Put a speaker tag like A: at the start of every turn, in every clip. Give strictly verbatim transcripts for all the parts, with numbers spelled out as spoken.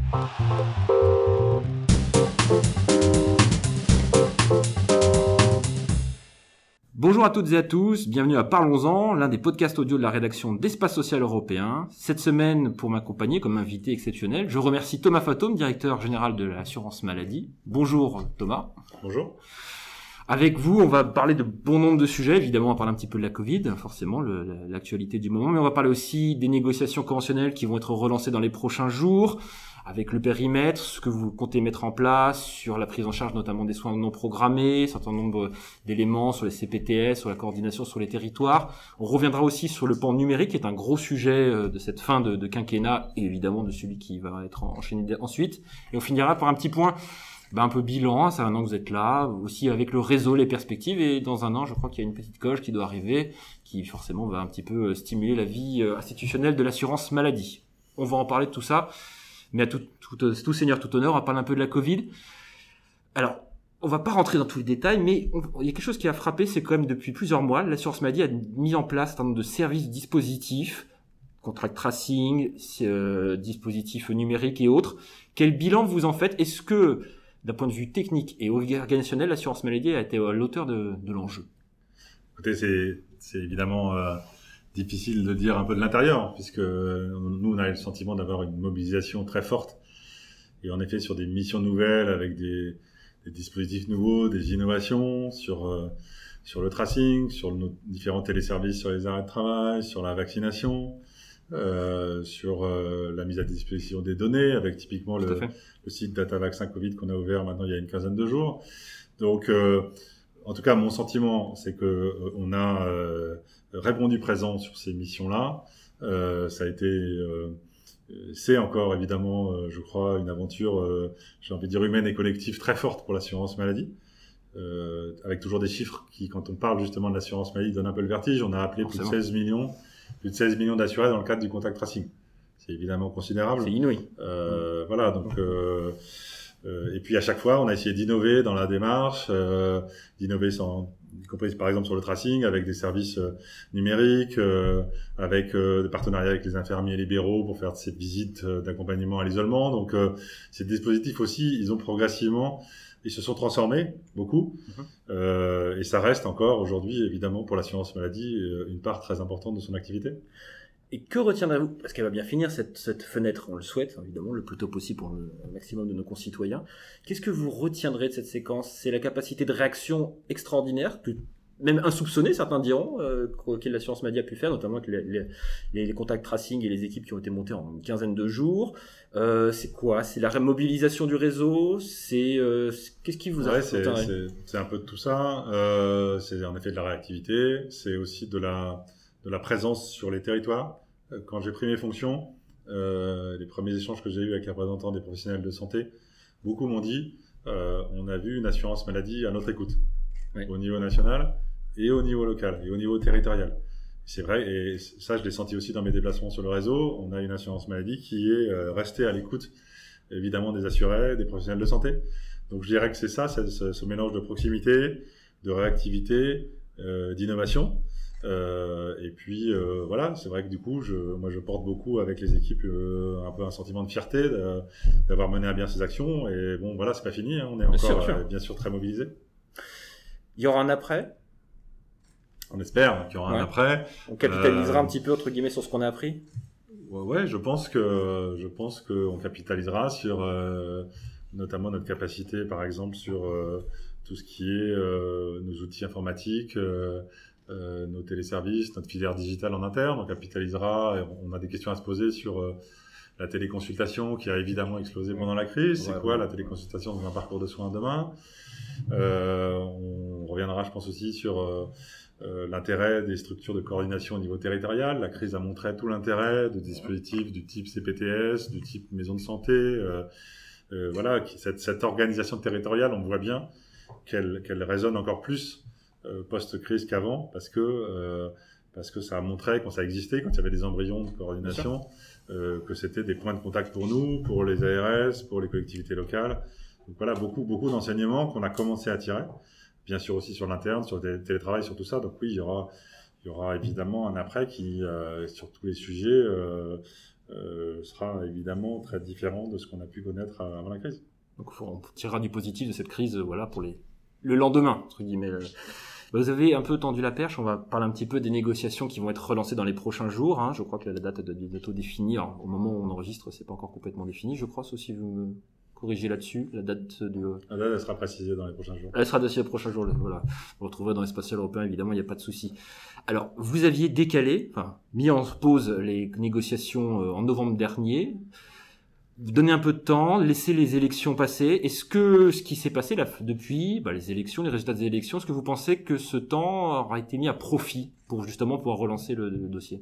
A: Bonjour à toutes et à tous, bienvenue à Parlons-en, l'un des podcasts audio de la rédaction d'Espace Social Européen. Cette semaine, pour m'accompagner comme invité exceptionnel, je remercie Thomas Fatome, directeur général de l'assurance maladie. Bonjour Thomas.
B: Bonjour.
A: Avec vous, on va parler de bon nombre de sujets. Évidemment, on va parler un petit peu de la Covid, forcément, le, l'actualité du moment. Mais on va parler aussi des négociations conventionnelles qui vont être relancées dans les prochains jours, avec le périmètre, ce que vous comptez mettre en place, sur la prise en charge notamment des soins non programmés, un certain nombre d'éléments sur les C P T S, sur la coordination sur les territoires. On reviendra aussi sur le pan numérique, qui est un gros sujet de cette fin de, de quinquennat, et évidemment de celui qui va être enchaîné ensuite. Et on finira par un petit point Ben, un peu bilan, ça fait un an que vous êtes là, aussi avec le réseau, les perspectives, et dans un an, je crois qu'il y a une petite coche qui doit arriver, qui forcément va un petit peu stimuler la vie institutionnelle de l'assurance maladie. On va en parler de tout ça, mais à tout, tout, tout seigneur, tout honneur, on va parler un peu de la Covid. Alors, on va pas rentrer dans tous les détails, mais on, il y a quelque chose qui a frappé, c'est quand même depuis plusieurs mois, l'assurance maladie a mis en place un certain nombre de services dispositifs, contract tracing, euh, dispositifs numériques et autres. Quel bilan vous en faites? Est-ce que d'un point de vue technique et organisationnel, l'assurance maladie a été à l'auteur de, de l'enjeu?
B: Écoutez, c'est, c'est évidemment euh, difficile de dire un peu de l'intérieur, puisque nous, on a le sentiment d'avoir une mobilisation très forte. Et en effet, sur des missions nouvelles, avec des, des dispositifs nouveaux, des innovations, sur, euh, sur le tracing, sur nos différents téléservices, sur les arrêts de travail, sur la vaccination, Euh, sur euh, la mise à disposition des données, avec typiquement le, le site Data Vaccin Covid qu'on a ouvert maintenant il y a une quinzaine de jours. Donc, euh, en tout cas, mon sentiment, c'est que euh, on a euh, répondu présent sur ces missions-là. Euh, ça a été, euh, c'est encore évidemment, euh, je crois, une aventure, euh, j'ai envie de dire humaine et collective très forte pour l'assurance maladie. Euh, avec toujours des chiffres qui, quand on parle justement de l'assurance maladie, donnent un peu le vertige. On a appelé plus de seize millions plus de seize millions d'assurés dans le cadre du contact tracing. C'est évidemment considérable.
A: C'est inouï.
B: Euh, mmh. Voilà, donc euh, euh, et puis à chaque fois, on a essayé d'innover dans la démarche, euh, d'innover sans, y compris par exemple sur le tracing, avec des services euh, numériques, euh, avec euh, des partenariats avec les infirmiers libéraux pour faire ces visites euh, d'accompagnement à l'isolement. Donc euh, ces dispositifs aussi, ils ont progressivement ils se sont transformés beaucoup, mmh. euh, et ça reste encore aujourd'hui, évidemment, pour l'assurance maladie, une part très importante de son activité.
A: Et que retiendrez-vous, parce qu'elle va bien finir cette, cette fenêtre, on le souhaite évidemment, le plus tôt possible pour le maximum de nos concitoyens. Qu'est-ce que vous retiendrez de cette séquence? C'est la capacité de réaction extraordinaire, que même insoupçonnée, certains diront, euh, que l'assurance maladie a pu faire, notamment avec les, les, les contacts tracing et les équipes qui ont été montées en une quinzaine de jours. Euh, c'est quoi? C'est la mobilisation du réseau? C'est, euh, c'est qu'est-ce qui vous a
B: ouais, c'est, c'est, c'est un peu de tout ça. Euh, c'est en effet de la réactivité. C'est aussi de la de la présence sur les territoires. Quand j'ai pris mes fonctions, euh, les premiers échanges que j'ai eus avec les représentants des professionnels de santé, beaucoup m'ont dit euh, on a vu une assurance maladie à notre écoute, oui. Au niveau national et au niveau local et au niveau territorial. C'est vrai, et ça je l'ai senti aussi dans mes déplacements sur le réseau. On a une assurance maladie qui est euh, restée à l'écoute, évidemment, des assurés, des professionnels de santé. Donc je dirais que c'est ça, c'est ce, ce mélange de proximité, de réactivité, euh, d'innovation. Euh, et puis euh, voilà, c'est vrai que du coup, je, moi je porte beaucoup avec les équipes euh, un peu un sentiment de fierté de, d'avoir mené à bien ces actions. Et bon, voilà, c'est pas fini, hein, on est encore bien sûr, euh, bien sûr très mobilisés.
A: Il y aura un après?
B: On espère qu'il y aura ouais. un après.
A: On capitalisera euh... un petit peu entre guillemets sur ce qu'on a appris.
B: Ouais, ouais, je pense que je pense que on capitalisera sur euh, notamment notre capacité, par exemple, sur euh, tout ce qui est euh, nos outils informatiques. Euh, Euh, nos téléservices, notre filière digitale en interne. On capitalisera, on a des questions à se poser sur euh, la téléconsultation qui a évidemment explosé pendant la crise. C'est ouais, quoi ouais. la téléconsultation dans un parcours de soins demain? euh, On reviendra, je pense, aussi sur euh, euh, l'intérêt des structures de coordination au niveau territorial. La crise a montré tout l'intérêt de dispositifs du type C P T S, du type maison de santé. Euh, euh, voilà, cette, cette organisation territoriale, on voit bien qu'elle, qu'elle résonne encore plus Euh, post-crise qu'avant, parce que euh, parce que ça a montré, quand ça existait, quand il y avait des embryons de coordination, euh, que c'était des points de contact pour nous, pour les A R S, pour les collectivités locales. Donc voilà, beaucoup beaucoup d'enseignements qu'on a commencé à tirer, bien sûr aussi sur l'interne, sur le télétravail, sur tout ça. Donc oui, il y aura il y aura évidemment un après qui euh, sur tous les sujets euh, euh, sera évidemment très différent de ce qu'on a pu connaître avant la crise.
A: Donc on tirera du positif de cette crise, euh, voilà, pour les le lendemain, entre guillemets. Vous avez un peu tendu la perche, on va parler un petit peu des négociations qui vont être relancées dans les prochains jours. Hein. Je crois que la date est bientôt définie. Alors, au moment où on enregistre, c'est pas encore complètement défini, je crois, sauf si vous me corrigez là-dessus. La date du...
B: La date, elle sera précisée dans les prochains jours.
A: Elle sera précisée dans les prochains jours, voilà. Vous retrouverez dans l'espace européen, évidemment, il n'y a pas de souci. Alors, vous aviez décalé, enfin, mis en pause les négociations en novembre dernier. Vous donnez un peu de temps, laissez les élections passer. Est-ce que ce qui s'est passé là depuis bah, les élections, les résultats des élections, est-ce que vous pensez que ce temps aura été mis à profit pour justement pouvoir relancer le, le dossier?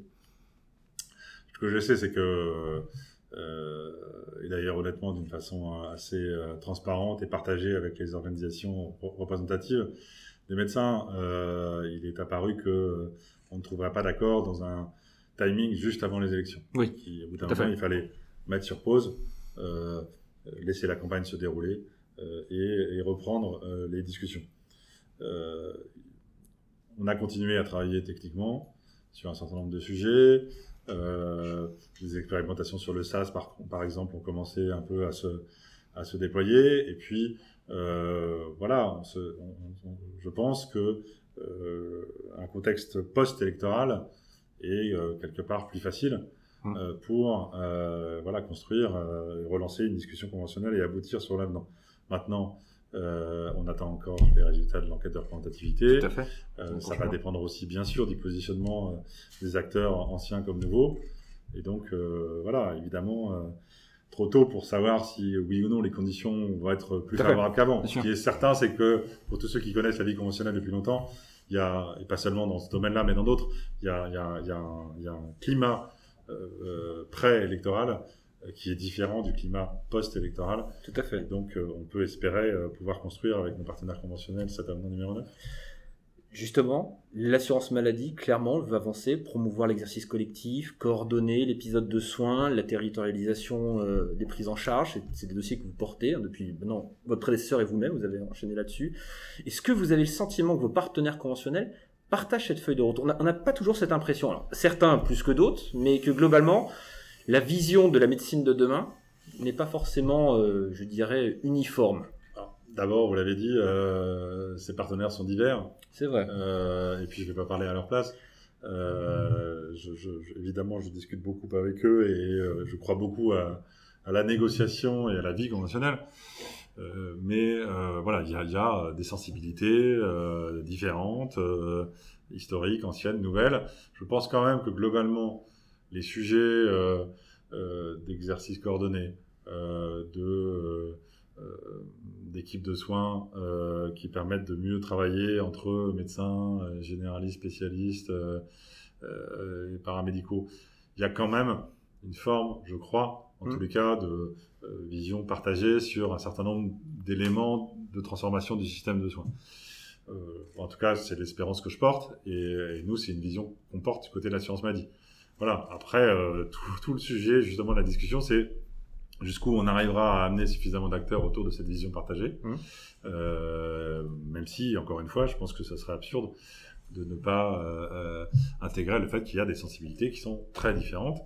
B: Ce que je sais, c'est que, euh, et d'ailleurs honnêtement d'une façon assez euh, transparente et partagée avec les organisations représentatives des médecins, euh, il est apparu que on ne trouverait pas d'accord dans un timing juste avant les élections.
A: Oui.
B: Qui, au bout d'un moment, il fallait mettre sur pause, euh, laisser la campagne se dérouler euh, et, et reprendre euh, les discussions. Euh, on a continué à travailler techniquement sur un certain nombre de sujets. Euh, les expérimentations sur le SaaS, par, par exemple, ont commencé un peu à se, à se déployer. Et puis, euh, voilà, on se, on, on, je pense que euh, un contexte post-électoral est euh, quelque part plus facile Euh, pour euh, voilà, construire euh, et relancer une discussion conventionnelle et aboutir sur l'avenant. Maintenant, euh, on attend encore les résultats de l'enquête de représentativité.
A: Tout à fait.
B: Euh, ça va dépendre aussi, bien sûr, du positionnement euh, des acteurs anciens comme nouveaux. Et donc, euh, voilà, évidemment, euh, trop tôt pour savoir si, oui ou non, les conditions vont être plus favorables qu'avant. Ce qui est certain, c'est que, pour tous ceux qui connaissent la vie conventionnelle depuis longtemps, il y a, et pas seulement dans ce domaine-là, mais dans d'autres, il y a, il y a, il y a, un, il y a un climat Euh, euh, pré-électoral euh, qui est différent du climat post-électoral.
A: Tout à fait.
B: Et donc, euh, on peut espérer euh, pouvoir construire avec nos partenaires conventionnels cet avenant numéro neuf.
A: Justement, l'assurance maladie, clairement, veut avancer, promouvoir l'exercice collectif, coordonner l'épisode de soins, la territorialisation euh, des prises en charge. C'est, c'est des dossiers que vous portez hein, depuis maintenant votre prédécesseur et vous-même, vous avez enchaîné là-dessus. Est-ce que vous avez le sentiment que vos partenaires conventionnels partagent cette feuille de route? On n'a pas toujours cette impression. Alors, certains plus que d'autres, mais que globalement, la vision de la médecine de demain n'est pas forcément, euh, je dirais, uniforme.
B: Alors, d'abord, vous l'avez dit, euh, ces partenaires sont divers.
A: C'est vrai.
B: Euh, et puis, je ne vais pas parler à leur place. Euh, je, je, je, évidemment, je discute beaucoup avec eux et euh, je crois beaucoup à, à la négociation et à la vie conventionnelle. Euh, mais euh, voilà, il y a, y a des sensibilités euh, différentes, euh, historiques, anciennes, nouvelles. Je pense quand même que globalement, les sujets euh, euh, d'exercice coordonné, euh, de euh, euh, d'équipes de soins euh, qui permettent de mieux travailler entre médecins, euh, généralistes, spécialistes euh, euh, et paramédicaux, il y a quand même une forme, je crois, en mmh. tous les cas, de euh, vision partagée sur un certain nombre d'éléments de transformation du système de soins. Euh, en tout cas, c'est l'espérance que je porte, et, et nous, c'est une vision qu'on porte du côté de l'assurance maladie. Voilà. Après, euh, tout, tout le sujet, justement, de la discussion, c'est jusqu'où on arrivera à amener suffisamment d'acteurs autour de cette vision partagée. Mmh. Euh, même si, encore une fois, je pense que ça serait absurde de ne pas euh, intégrer le fait qu'il y a des sensibilités qui sont très différentes,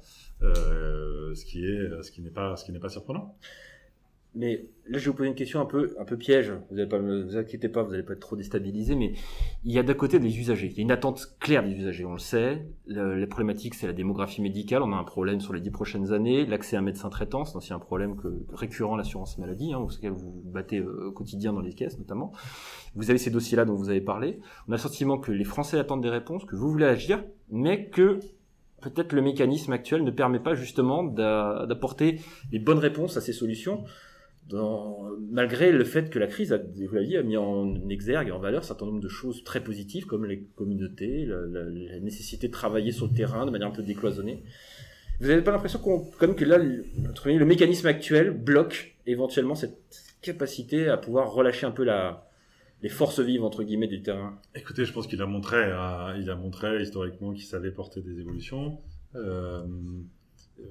B: euh, ce qui est, ce qui n'est pas, ce qui n'est pas surprenant.
A: Mais là, je vais vous poser une question un peu, un peu piège. Vous n'allez pas, vous inquiétez pas, vous n'allez pas être trop déstabilisé, mais il y a d'un côté des usagers. Il y a une attente claire des usagers, on le sait. Le, les problématiques, c'est la démographie médicale. On a un problème sur les dix prochaines années. L'accès à un médecin traitant, c'est aussi un problème que, récurrent à l'assurance maladie, hein, auquel vous vous battez euh, au quotidien dans les caisses, notamment. Vous avez ces dossiers-là dont vous avez parlé. On a le sentiment que les Français attendent des réponses, que vous voulez agir, mais que peut-être le mécanisme actuel ne permet pas justement d'a, d'apporter les bonnes réponses à ces solutions. Dans, malgré le fait que la crise, a, vous l'avez dit, a mis en exergue et en valeur un certain nombre de choses très positives, comme les communautés, la, la, la nécessité de travailler sur le terrain de manière un peu décloisonnée. Vous n'avez pas l'impression qu'on, comme que là, le, le mécanisme actuel bloque éventuellement cette capacité à pouvoir relâcher un peu la, les forces vives, entre guillemets, du terrain?
B: Écoutez, je pense qu'il a montré, euh, il a montré historiquement qu'il savait porter des évolutions. Euh, euh,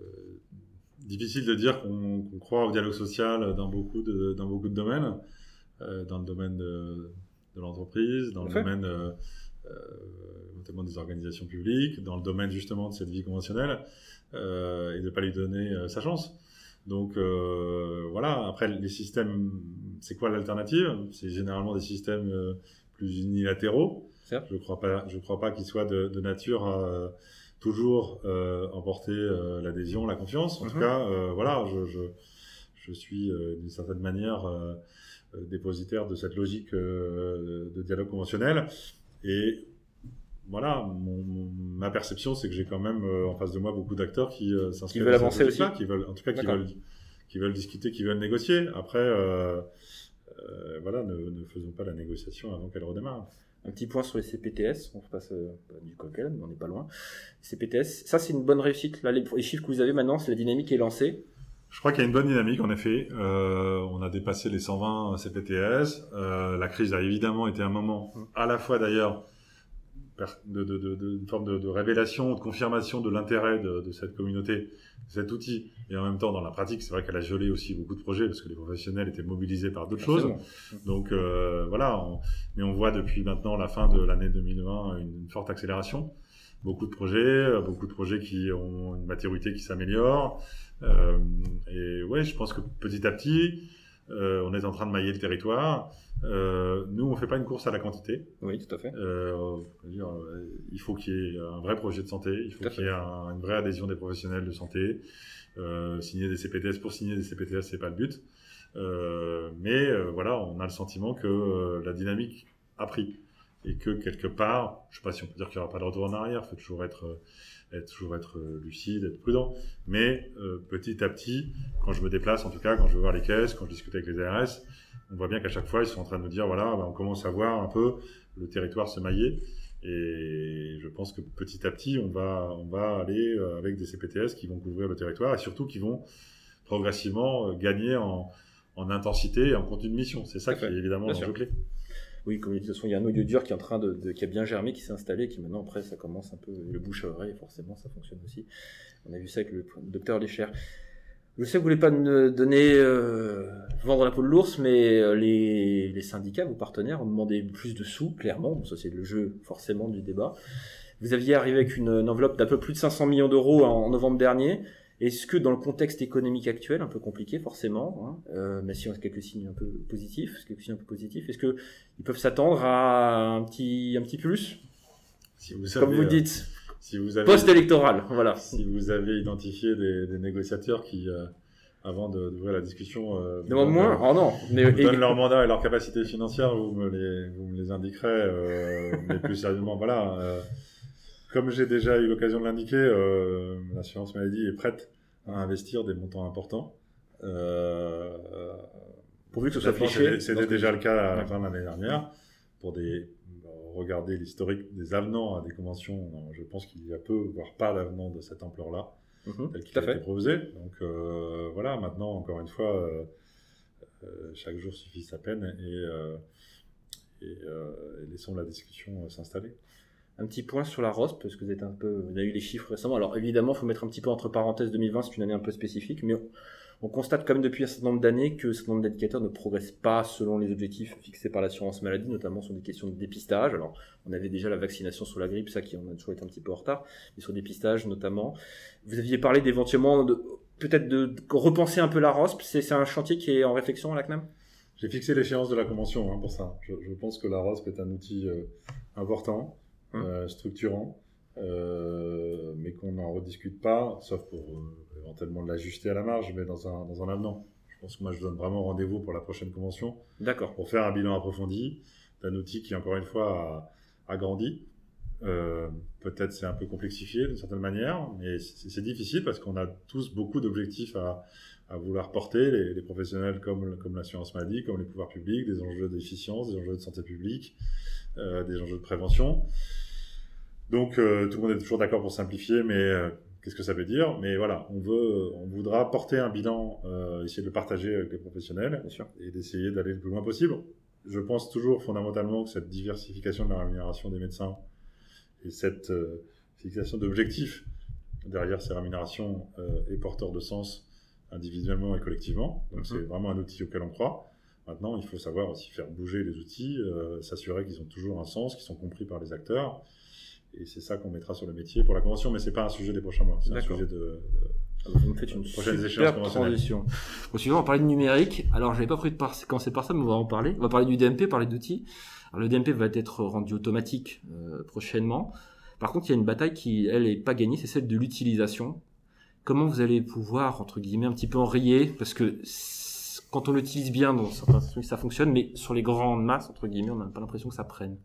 B: Difficile de dire qu'on, qu'on croit au dialogue social dans beaucoup de, dans beaucoup de domaines, euh, dans le domaine de, de l'entreprise, dans le domaine euh, euh, notamment des organisations publiques, dans le domaine justement de cette vie conventionnelle, euh, et de ne pas lui donner euh, sa chance. Donc euh, voilà, après les systèmes, c'est quoi l'alternative? C'est généralement des systèmes euh, plus unilatéraux.
A: Certes.
B: Je ne crois pas, je crois pas qu'ils soient de, de nature à euh, toujours euh, emporter euh, l'adhésion, la confiance. En mm-hmm. tout cas, euh, voilà, je, je, je suis euh, d'une certaine manière euh, dépositaire de cette logique euh, de dialogue conventionnel. Et voilà, mon, mon, ma perception, c'est que j'ai quand même euh, en face de moi beaucoup d'acteurs qui euh, s'inscrivent.
A: Qui veulent avancer aussi.
B: Qui veulent, en tout cas, qui veulent, qui veulent discuter, qui veulent négocier. Après, euh, euh, voilà, ne, ne faisons pas la négociation avant qu'elle redémarre.
A: Un petit point sur les C P T S, on passe euh, du coq à l'âne, mais on n'est pas loin. C P T S, ça c'est une bonne réussite. Là, les, les chiffres que vous avez maintenant, c'est la dynamique qui est lancée.
B: Je crois qu'il y a une bonne dynamique, en effet. Euh, on a dépassé les cent vingt C P T S. Euh, la crise a évidemment été un moment, à la fois d'ailleurs, de, de, de, de une forme de, de révélation, de confirmation de l'intérêt de, de cette communauté, de cet outil. Et en même temps, dans la pratique, c'est vrai qu'elle a gelé aussi beaucoup de projets parce que les professionnels étaient mobilisés par d'autres choses. Donc euh, voilà, on, mais on voit depuis maintenant la fin de l'année deux mille vingt une, une forte accélération. Beaucoup de projets, beaucoup de projets qui ont une maturité qui s'améliore. Euh, et ouais, je pense que petit à petit, euh, on est en train de mailler le territoire. Euh, nous, on fait pas une course à la quantité.
A: Oui, tout à fait.
B: Euh, je veux dire, il faut qu'il y ait un vrai projet de santé, il faut qu'il y ait un, une vraie adhésion des professionnels de santé. Euh, signer des C P T S pour signer des C P T S, c'est pas le but. Euh, mais euh, voilà, on a le sentiment que euh, la dynamique a pris et que quelque part, je sais pas si on peut dire qu'il y aura pas de retour en arrière, il faut toujours être être toujours être lucide, être prudent. Mais euh, petit à petit, quand je me déplace, en tout cas, quand je vais voir les caisses, quand je discute avec les A R S, on voit bien qu'à chaque fois, ils sont en train de nous dire, voilà, ben, on commence à voir un peu le territoire se mailler. Et je pense que petit à petit, on va, on va aller avec des C P T S qui vont couvrir le territoire et surtout qui vont progressivement gagner en, en intensité et en contenu de mission. C'est ça qui est évidemment l'enjeu clé.
A: Oui, comme de toute façon, il y a un noyau dur qui est en train de, de qui a bien germé, qui s'est installé, qui maintenant après ça commence un peu le bouche à oreille, et forcément ça fonctionne aussi. On a vu ça avec le docteur Lécher. Je sais que vous voulez pas me donner euh, vendre la peau de l'ours, mais euh, les, les syndicats, vos partenaires, ont demandé plus de sous, clairement. Bon, ça c'est le jeu forcément du débat. Vous aviez arrivé avec une, une enveloppe d'un peu plus de cinq cents millions d'euros en, en novembre dernier. Est-ce que dans le contexte économique actuel, un peu compliqué forcément, hein, euh, mais si on a quelques signes un peu positifs, quelques signes un peu positifs, est-ce que ils peuvent s'attendre à un petit, un petit plus,
B: si vous savez,
A: comme vous dites,
B: euh, si vous avez,
A: post-électoral, voilà.
B: Si vous avez identifié des, des négociateurs qui, euh, avant de, d'ouvrir la discussion, euh,
A: demandent moins, oh non,
B: mais vous donnent leur mandat et leur capacité financière, vous me les, vous me les indiquerez, euh, mais plus sérieusement, voilà. Euh, Comme j'ai déjà eu l'occasion de l'indiquer, euh, l'assurance maladie est prête à investir des montants importants. Euh,
A: Pourvu que ce soit fléché.
B: C'était déjà le cas à la fin de l'année dernière. Pour des, regarder l'historique des avenants à des conventions, je pense qu'il y a peu, voire pas d'avenant de cette ampleur-là, mmh, tel qu'il a été proposé. Donc euh, voilà, maintenant, encore une fois, euh, euh, chaque jour suffit sa peine et, euh, et, euh, et laissons la discussion euh, s'installer.
A: Un petit point sur la R O S P, parce que vous êtes un peu, vous avez eu les chiffres récemment. Alors évidemment, il faut mettre un petit peu entre parenthèses deux mille vingt, c'est une année un peu spécifique, mais on, on constate quand même depuis un certain nombre d'années que ce nombre d'indicateurs ne progresse pas selon les objectifs fixés par l'assurance maladie, notamment sur des questions de dépistage. Alors, on avait déjà la vaccination sur la grippe, ça qui on a toujours été un petit peu en retard, mais sur dépistage notamment. Vous aviez parlé d'éventuellement de peut-être de, de repenser un peu la R O S P. C'est, c'est un chantier qui est en réflexion à l'A C N A M.
B: J'ai fixé l'échéance de la convention hein, pour ça. Je, je pense que la R O S P est un outil euh, important. Euh, structurant, euh, mais qu'on n'en rediscute pas, sauf pour euh, éventuellement l'ajuster à la marge, mais dans un, dans un avenant. Je pense que moi, je donne vraiment rendez-vous pour la prochaine convention.
A: D'accord.
B: Pour faire un bilan approfondi d'un outil qui, encore une fois, a, a grandi. Euh, peut-être c'est un peu complexifié d'une certaine manière, mais c'est, c'est difficile parce qu'on a tous beaucoup d'objectifs à, à vouloir porter, les, les professionnels comme, comme l'assurance maladie, comme les pouvoirs publics, des enjeux d'efficience, des enjeux de santé publique, euh, des enjeux de prévention. Donc euh, tout le monde est toujours d'accord pour simplifier, mais euh, qu'est-ce que ça veut dire? Mais voilà, on veut, on voudra porter un bilan, euh, essayer de le partager avec les professionnels, bien sûr, et d'essayer d'aller le plus loin possible. Je pense toujours fondamentalement que cette diversification de la rémunération des médecins et cette euh, fixation d'objectifs derrière ces rémunérations euh, est porteur de sens individuellement et collectivement. Donc mmh. c'est vraiment un outil auquel on croit. Maintenant, il faut savoir aussi faire bouger les outils, euh, s'assurer qu'ils ont toujours un sens, qu'ils sont compris par les acteurs. Et c'est ça qu'on mettra sur le métier pour la convention, mais c'est pas un sujet des prochains mois, c'est
A: D'accord.
B: un sujet de... de
A: Vous me faites une super transition. Au suivant, on va parler de numérique. Alors, j'avais pas prévu de par- commencer par ça, mais on va en parler. On va parler du D M P, parler d'outils. Alors, le D M P va être rendu automatique euh, prochainement. Par contre, il y a une bataille qui, elle, est pas gagnée, c'est celle de l'utilisation. Comment vous allez pouvoir, entre guillemets, un petit peu enrayer, parce que quand on l'utilise bien, dans certains trucs, ça fonctionne, mais sur les grandes masses, entre guillemets, on n'a pas l'impression que ça prenne.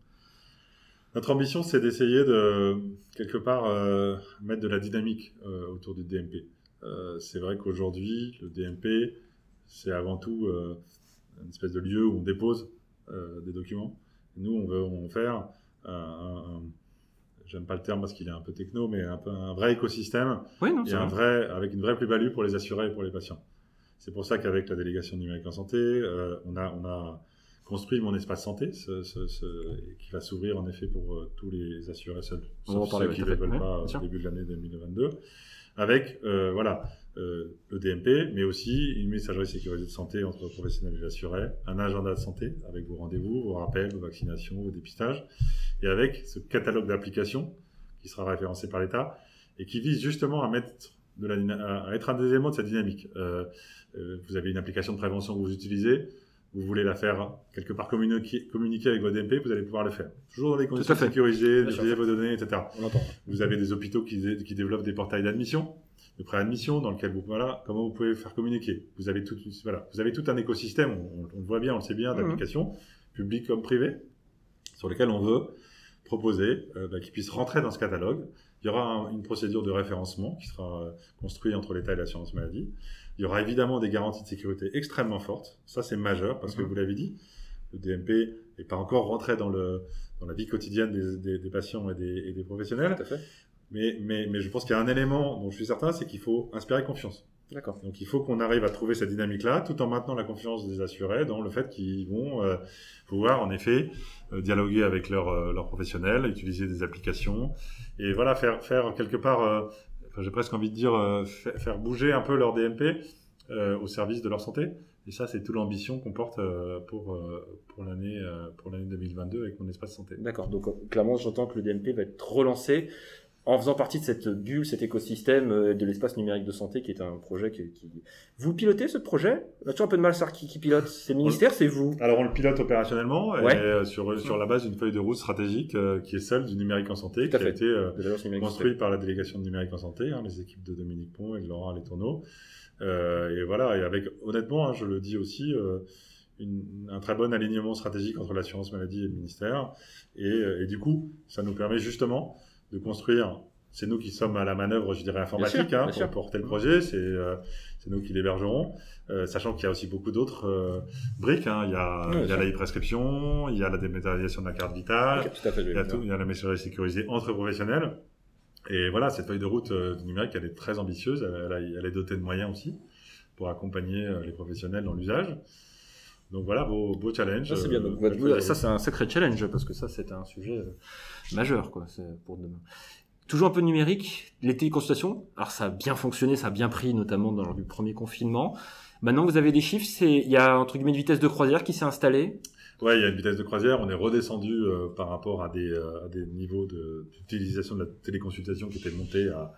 B: Notre ambition, c'est d'essayer de, quelque part, euh, mettre de la dynamique euh, autour du D M P. Euh, c'est vrai qu'aujourd'hui, le D M P, c'est avant tout euh, une espèce de lieu où on dépose euh, des documents. Nous, on veut en faire un, un, un j'aime pas le terme parce qu'il est un peu techno, mais un, peu, un vrai écosystème
A: oui, non,
B: et un vrai, avec une vraie plus-value pour les assurés et pour les patients. C'est pour ça qu'avec la délégation numérique en santé, euh, on, a, on a construit mon espace santé, ce, ce, ce, qui va s'ouvrir en effet pour euh, tous les assurés seuls, sauf ceux qui ne le veulent pas au début de l'année deux mille vingt-deux, avec euh, voilà, euh, le D M P, mais aussi une messagerie sécurisée de santé entre professionnels et assurés, un agenda de santé avec vos rendez-vous, vos rappels, vos vaccinations, vos dépistages, et avec ce catalogue d'applications qui sera référencé par l'État et qui vise justement à mettre de la, à être un des éléments de cette dynamique. Euh, euh, vous avez une application de prévention que vous utilisez, vous voulez la faire quelque part communiquer, communiquer avec votre D M P, vous allez pouvoir le faire. Toujours dans les conditions sécurisées, utiliser vos données, et cetera.
A: On entend.
B: Vous avez des hôpitaux qui, qui développent des portails d'admission, de préadmission, dans lequel vous, voilà, comment vous pouvez faire communiquer. Vous avez tout, voilà, vous avez tout un écosystème, on, on le voit bien, on le sait bien, d'applications, mmh. publiques comme privées, sur lesquelles on veut proposer, euh, bah, qui puissent rentrer dans ce catalogue. Il y aura un, une procédure de référencement qui sera euh, construite entre l'État et l'assurance maladie. Il y aura évidemment des garanties de sécurité extrêmement fortes. Ça, c'est majeur parce que, mmh. vous l'avez dit, le D M P n'est pas encore rentré dans, le, dans la vie quotidienne des, des, des patients et des, et des professionnels.
A: Tout à fait.
B: Mais, mais, mais je pense qu'il y a un élément dont je suis certain, c'est qu'il faut inspirer confiance.
A: D'accord.
B: Donc, il faut qu'on arrive à trouver cette dynamique-là, tout en maintenant la confiance des assurés dans le fait qu'ils vont euh, pouvoir, en effet, euh, dialoguer avec leurs euh, leurs professionnels, utiliser des applications, et voilà, faire, faire quelque part, euh, enfin, j'ai presque envie de dire, euh, faire, faire bouger un peu leur D M P euh, au service de leur santé. Et ça, c'est toute l'ambition qu'on porte euh, pour, euh, pour l'année euh, pour l'année deux mille vingt-deux avec mon espace santé.
A: D'accord. Donc, clairement, j'entends que le D M P va être relancé en faisant partie de cette bulle, cet écosystème de l'espace numérique de santé, qui est un projet qui... qui... Vous pilotez ce projet? On a toujours un peu de mal à savoir qui, qui pilote. C'est le ministère, c'est vous?
B: Alors, on le pilote opérationnellement,
A: ouais.
B: et sur, sur la base d'une feuille de route stratégique euh, qui est celle du numérique en santé,
A: Tout
B: qui a été euh, construite
A: santé.
B: par la délégation de numérique en santé, hein, les équipes de Dominique Pont et de Laurent Letourneau. Euh, et voilà, et avec, honnêtement, hein, je le dis aussi, euh, une, un très bon alignement stratégique entre l'assurance maladie et le ministère. Et, et du coup, ça nous permet justement de construire... C'est nous qui sommes à la manœuvre, je dirais, informatique,
A: sûr,
B: hein, pour porter le projet. C'est, euh, c'est nous qui l'hébergerons, euh, sachant qu'il y a aussi beaucoup d'autres euh, briques. Hein. Il y a,
A: ouais,
B: il y a la e-prescription, il y a la dématérialisation de la carte vitale,
A: okay, tout à fait,
B: il, y a tout, il y a la messagerie sécurisée entre professionnels. Et voilà, cette feuille de route euh, du numérique, elle est très ambitieuse. Elle, elle, a, elle est dotée de moyens aussi pour accompagner euh, les professionnels dans l'usage. Donc voilà, beau, beau challenge.
A: Ça, c'est bien. Donc, euh, ça, c'est un sacré challenge parce que ça, c'est un sujet euh, majeur, quoi, c'est pour demain. Toujours un peu numérique, les téléconsultations. Alors ça a bien fonctionné, ça a bien pris, notamment dans le premier confinement. Maintenant, vous avez des chiffres, c'est il y a entre guillemets une vitesse de croisière qui s'est installée.
B: Ouais, il y a une vitesse de croisière. On est redescendu euh, par rapport à des, euh, à des niveaux de, d'utilisation de la téléconsultation qui étaient montés à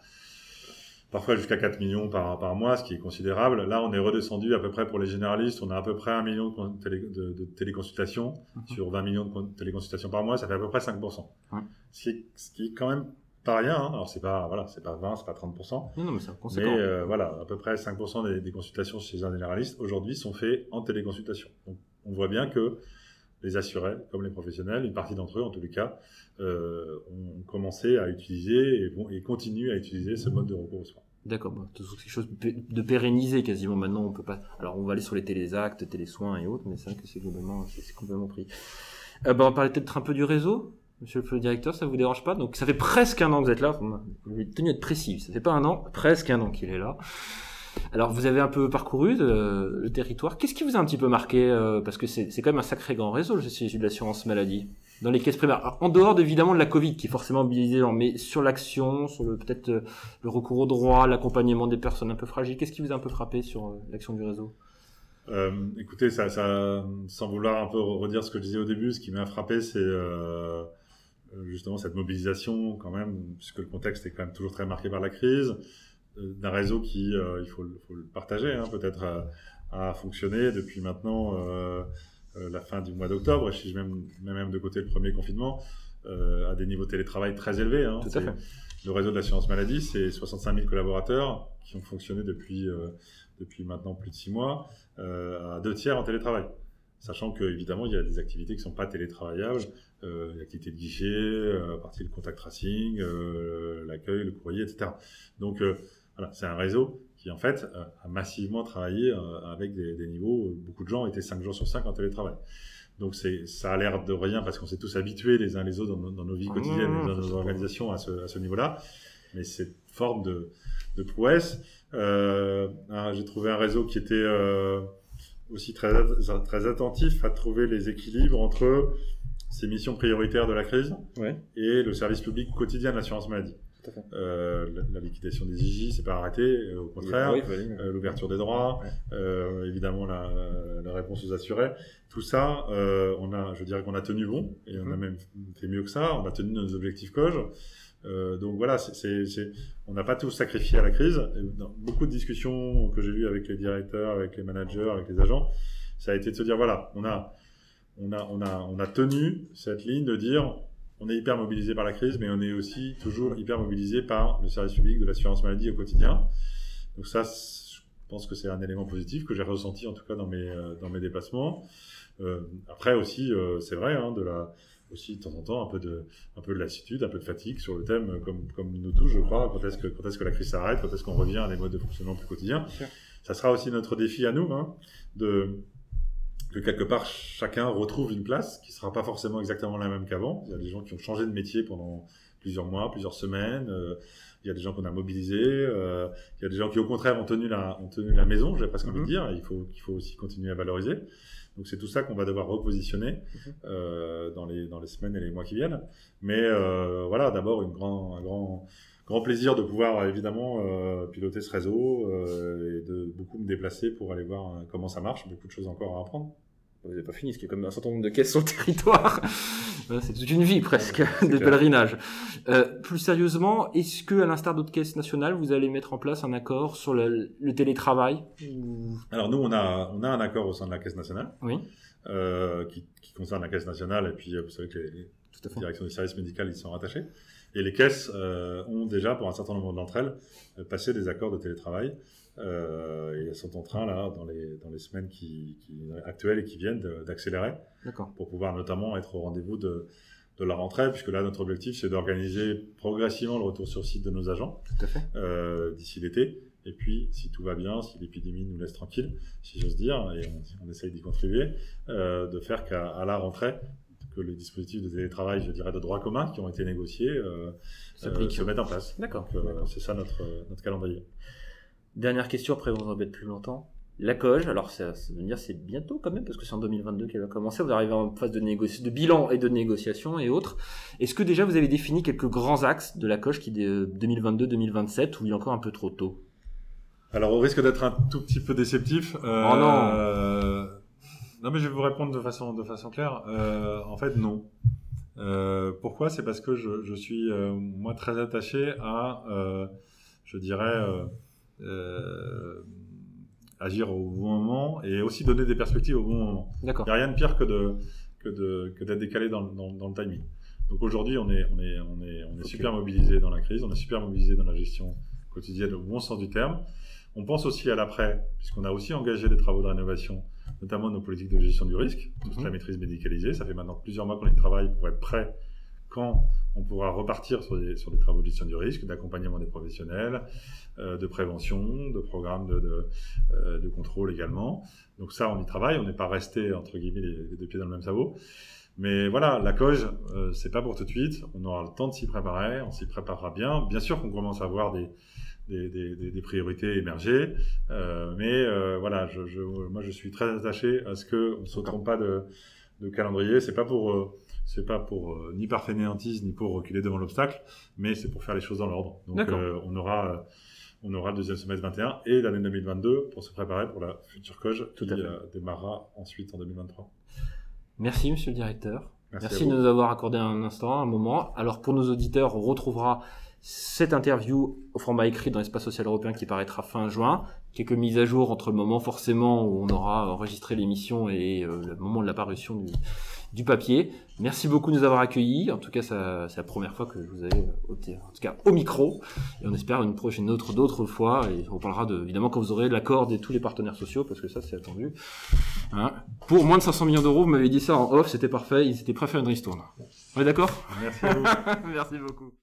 B: parfois jusqu'à quatre millions par, par mois, ce qui est considérable. Là, on est redescendu à peu près pour les généralistes. On a à peu près un million de, télé, de, de téléconsultations mmh. sur vingt millions de téléconsultations par mois. Ça fait à peu près cinq pour cent. Mmh. Ce, qui est, ce qui est quand même pas rien, hein. Alors c'est pas voilà, c'est pas vingt, c'est pas trente pour cent.
A: Non, non, mais c'est conséquent.
B: Mais euh, voilà, à peu près cinq pour cent des, des consultations chez un généraliste aujourd'hui sont faites en téléconsultation. Donc on voit bien que les assurés, comme les professionnels, une partie d'entre eux en tous les cas, euh, ont commencé à utiliser et, vont, et continuent à utiliser ce mode de recours aux soins.
A: D'accord, bon, c'est quelque chose de pérennisé quasiment maintenant. On peut pas. Alors on va aller sur les téléactes, télésoins et autres, mais c'est vrai que c'est globalement, c'est, c'est complètement pris. Euh, ben, on va parler peut-être un peu du réseau. Monsieur le directeur, ça vous dérange pas? Donc, ça fait presque un an que vous êtes là. Vous avez tenu à être précis. Ça fait pas un an, presque un an qu'il est là. Alors, vous avez un peu parcouru le, le territoire. Qu'est-ce qui vous a un petit peu marqué? euh, Parce que c'est, c'est quand même un sacré grand réseau, le C G de l'assurance maladie. Dans les caisses primaires. Alors, en dehors, évidemment, de la Covid, qui est forcément mobilisée, mais sur l'action, sur le, peut-être, euh, le recours au droit, l'accompagnement des personnes un peu fragiles. Qu'est-ce qui vous a un peu frappé sur euh, l'action du réseau?
B: Euh, écoutez, ça, ça, sans vouloir un peu redire ce que je disais au début, ce qui m'a frappé, c'est euh, justement cette mobilisation quand même, puisque le contexte est quand même toujours très marqué par la crise, euh, d'un réseau qui, euh, il faut, faut le partager, hein, peut-être a, a fonctionné depuis maintenant euh, euh, la fin du mois d'octobre, et si je même, même de côté le premier confinement, euh, à des niveaux de télétravail très élevés. Hein,
A: Tout à fait.
B: Le réseau de l'assurance maladie, c'est soixante-cinq mille collaborateurs qui ont fonctionné depuis, euh, depuis maintenant plus de six mois, euh, à deux tiers en télétravail. Sachant qu'évidemment, il y a des activités qui ne sont pas télétravaillables, euh, l'activité de guichet, euh, à partir du contact tracing, euh, l'accueil, le courrier, et cetera. Donc, euh, voilà, c'est un réseau qui, en fait, euh, a massivement travaillé euh, avec des, des niveaux où beaucoup de gens étaient cinq jours sur cinq en télétravail. Donc, c'est, ça a l'air de rien parce qu'on s'est tous habitués les uns les autres dans nos, dans nos vies quotidiennes et dans nos organisations à ce, à ce niveau-là. Mais cette forme de, de prouesse, euh, hein, j'ai trouvé un réseau qui était euh, aussi très, très attentif à trouver les équilibres entre ces missions prioritaires de la crise
A: ouais.
B: et le service public quotidien de l'assurance maladie. Euh, la, la liquidation des I J, c'est pas arrêté, euh, au contraire, oui, oui, oui. Euh, l'ouverture des droits, ouais. euh, évidemment la, la réponse aux assurés, tout ça, euh, on a, je dirais qu'on a tenu bon, et on mmh. a même fait mieux que ça, on a tenu nos objectifs C O G. Euh, donc voilà, c'est, c'est, c'est, on n'a pas tout sacrifié à la crise. Et dans beaucoup de discussions que j'ai eues avec les directeurs, avec les managers, avec les agents, ça a été de se dire voilà, on a, on a, on a, on a tenu cette ligne de dire on est hyper mobilisé par la crise, mais on est aussi toujours hyper mobilisé par le service public de l'assurance maladie au quotidien. Donc ça, je pense que c'est un élément positif que j'ai ressenti en tout cas dans mes euh, dans mes déplacements. Euh, après aussi, euh, c'est vrai, hein, de la aussi de temps en temps un peu de un peu de lassitude, un peu de fatigue sur le thème, comme comme nous tous, je crois. Quand est-ce que quand est-ce que la crise s'arrête, quand est-ce qu'on revient à des modes de fonctionnement plus quotidiens. Ça sera aussi notre défi à nous, hein, de que quelque part chacun retrouve une place qui sera pas forcément exactement la même qu'avant. Il y a des gens qui ont changé de métier pendant plusieurs mois, plusieurs semaines. Euh, il y a des gens qu'on a mobilisés. Euh, il y a des gens qui au contraire ont tenu la ont tenu la maison, j'ai presque envie de dire. Il faut qu'il faut aussi continuer à valoriser. Donc c'est tout ça qu'on va devoir repositionner euh, dans les dans les semaines et les mois qui viennent. Mais euh, voilà, d'abord une grand un grand grand plaisir de pouvoir évidemment euh, piloter ce réseau euh, et de beaucoup me déplacer pour aller voir euh, comment ça marche. Beaucoup de choses encore à apprendre.
A: Vous n'avez pas fini, parce qu'il y a quand même un certain nombre de caisses sur le territoire. C'est toute une vie presque ouais, de pèlerinage. Euh, plus sérieusement, est-ce que, à l'instar d'autres caisses nationales, vous allez mettre en place un accord sur le, le télétravail ou...
B: Alors nous, on a on a un accord au sein de la caisse nationale,
A: oui,
B: euh, qui, qui concerne la caisse nationale, et puis vous savez que les, les directions du service médical ils sont rattachés. Et les caisses euh, ont déjà, pour un certain nombre d'entre elles, euh, passé des accords de télétravail. Euh, et elles sont en train là dans les dans les semaines qui, qui actuelles et qui viennent de, d'accélérer.
A: D'accord.
B: Pour pouvoir notamment être au rendez-vous de de la rentrée, puisque là notre objectif c'est d'organiser progressivement le retour sur site de nos agents.
A: Tout à fait.
B: Euh, d'ici l'été. Et puis si tout va bien, si l'épidémie nous laisse tranquille, si j'ose dire, et on, on essaye d'y contribuer, euh, de faire qu'à à la rentrée que les dispositifs de télétravail, je dirais de droit commun, qui ont été négociés, euh, euh, se mettent en place.
A: D'accord.
B: Donc, euh,
A: D'accord.
B: C'est ça notre notre calendrier.
A: Dernière question, après on vous embête plus longtemps. La C O G, alors ça, ça veut dire c'est bientôt quand même, parce que c'est en deux mille vingt-deux qu'elle va commencer, vous arrivez en phase de, négoci- de bilan et de négociation et autres. Est-ce que déjà vous avez défini quelques grands axes de la C O G qui est de deux mille vingt-deux deux mille vingt-sept, ou il est encore un peu trop tôt?
B: Alors au risque d'être un tout petit peu déceptif, euh,
A: oh non
B: euh, non mais je vais vous répondre de façon, de façon claire, euh, en fait non. Euh, pourquoi? C'est parce que je, je suis euh, moi très attaché à, euh, je dirais... Euh, Euh, agir au bon moment et aussi donner des perspectives au bon moment.
A: D'accord.
B: Il n'y a rien de pire que de que de que d'être décalé dans, dans, dans le timing. Donc aujourd'hui, on est on est on est on est okay. super mobilisé dans la crise, on est super mobilisé dans la gestion quotidienne au bon sens du terme. On pense aussi à l'après, puisqu'on a aussi engagé des travaux de rénovation, notamment nos politiques de gestion du risque, toute mm-hmm. la maîtrise médicalisée. Ça fait maintenant plusieurs mois qu'on y travaille pour être prêt quand on pourra repartir sur des, sur des travaux de gestion du risque, d'accompagnement des professionnels, euh, de prévention, de programmes de, de, euh, de contrôle également. Donc ça, on y travaille, on n'est pas resté, entre guillemets, les, les deux pieds dans le même sabot. Mais voilà, la C O G, euh, c'est pas pour tout de suite, on aura le temps de s'y préparer, on s'y préparera bien. Bien sûr qu'on commence à avoir des, des, des, des priorités émerger, euh, mais euh, voilà, je, je, moi je suis très attaché à ce qu'on ne se trompe pas de, de calendrier. C'est pas pour... Euh, c'est pas pour euh, ni par fainéantise ni pour reculer devant l'obstacle, mais c'est pour faire les choses dans l'ordre. Donc euh, on aura on aura le deuxième semestre vingt et un et l'année deux mille vingt-deux pour se préparer pour la future C O G
A: Tout
B: qui
A: à fait.
B: euh, démarrera ensuite en deux mille vingt-trois.
A: Merci, monsieur le directeur.
B: Merci,
A: Merci
B: à
A: de
B: vous.
A: nous avoir accordé un instant, un moment. Alors, pour nos auditeurs, on retrouvera cette interview au format écrit dans l'espace social européen qui paraîtra fin juin. Quelques mises à jour entre le moment forcément où on aura enregistré l'émission et euh, le moment de la parution du, du papier. Merci beaucoup de nous avoir accueillis. En tout cas, ça, c'est la première fois que je vous ai au, en tout cas au micro. Et on espère une prochaine autre d'autres fois. Et on parlera de, évidemment quand vous aurez l'accord de tous les partenaires sociaux, parce que ça, c'est attendu. Hein. Pour moins de cinq cents millions d'euros, vous m'avez dit ça en off, c'était parfait. Ils étaient prêts à faire une ristourne. On est d'accord?
B: Merci à vous.
A: Merci beaucoup.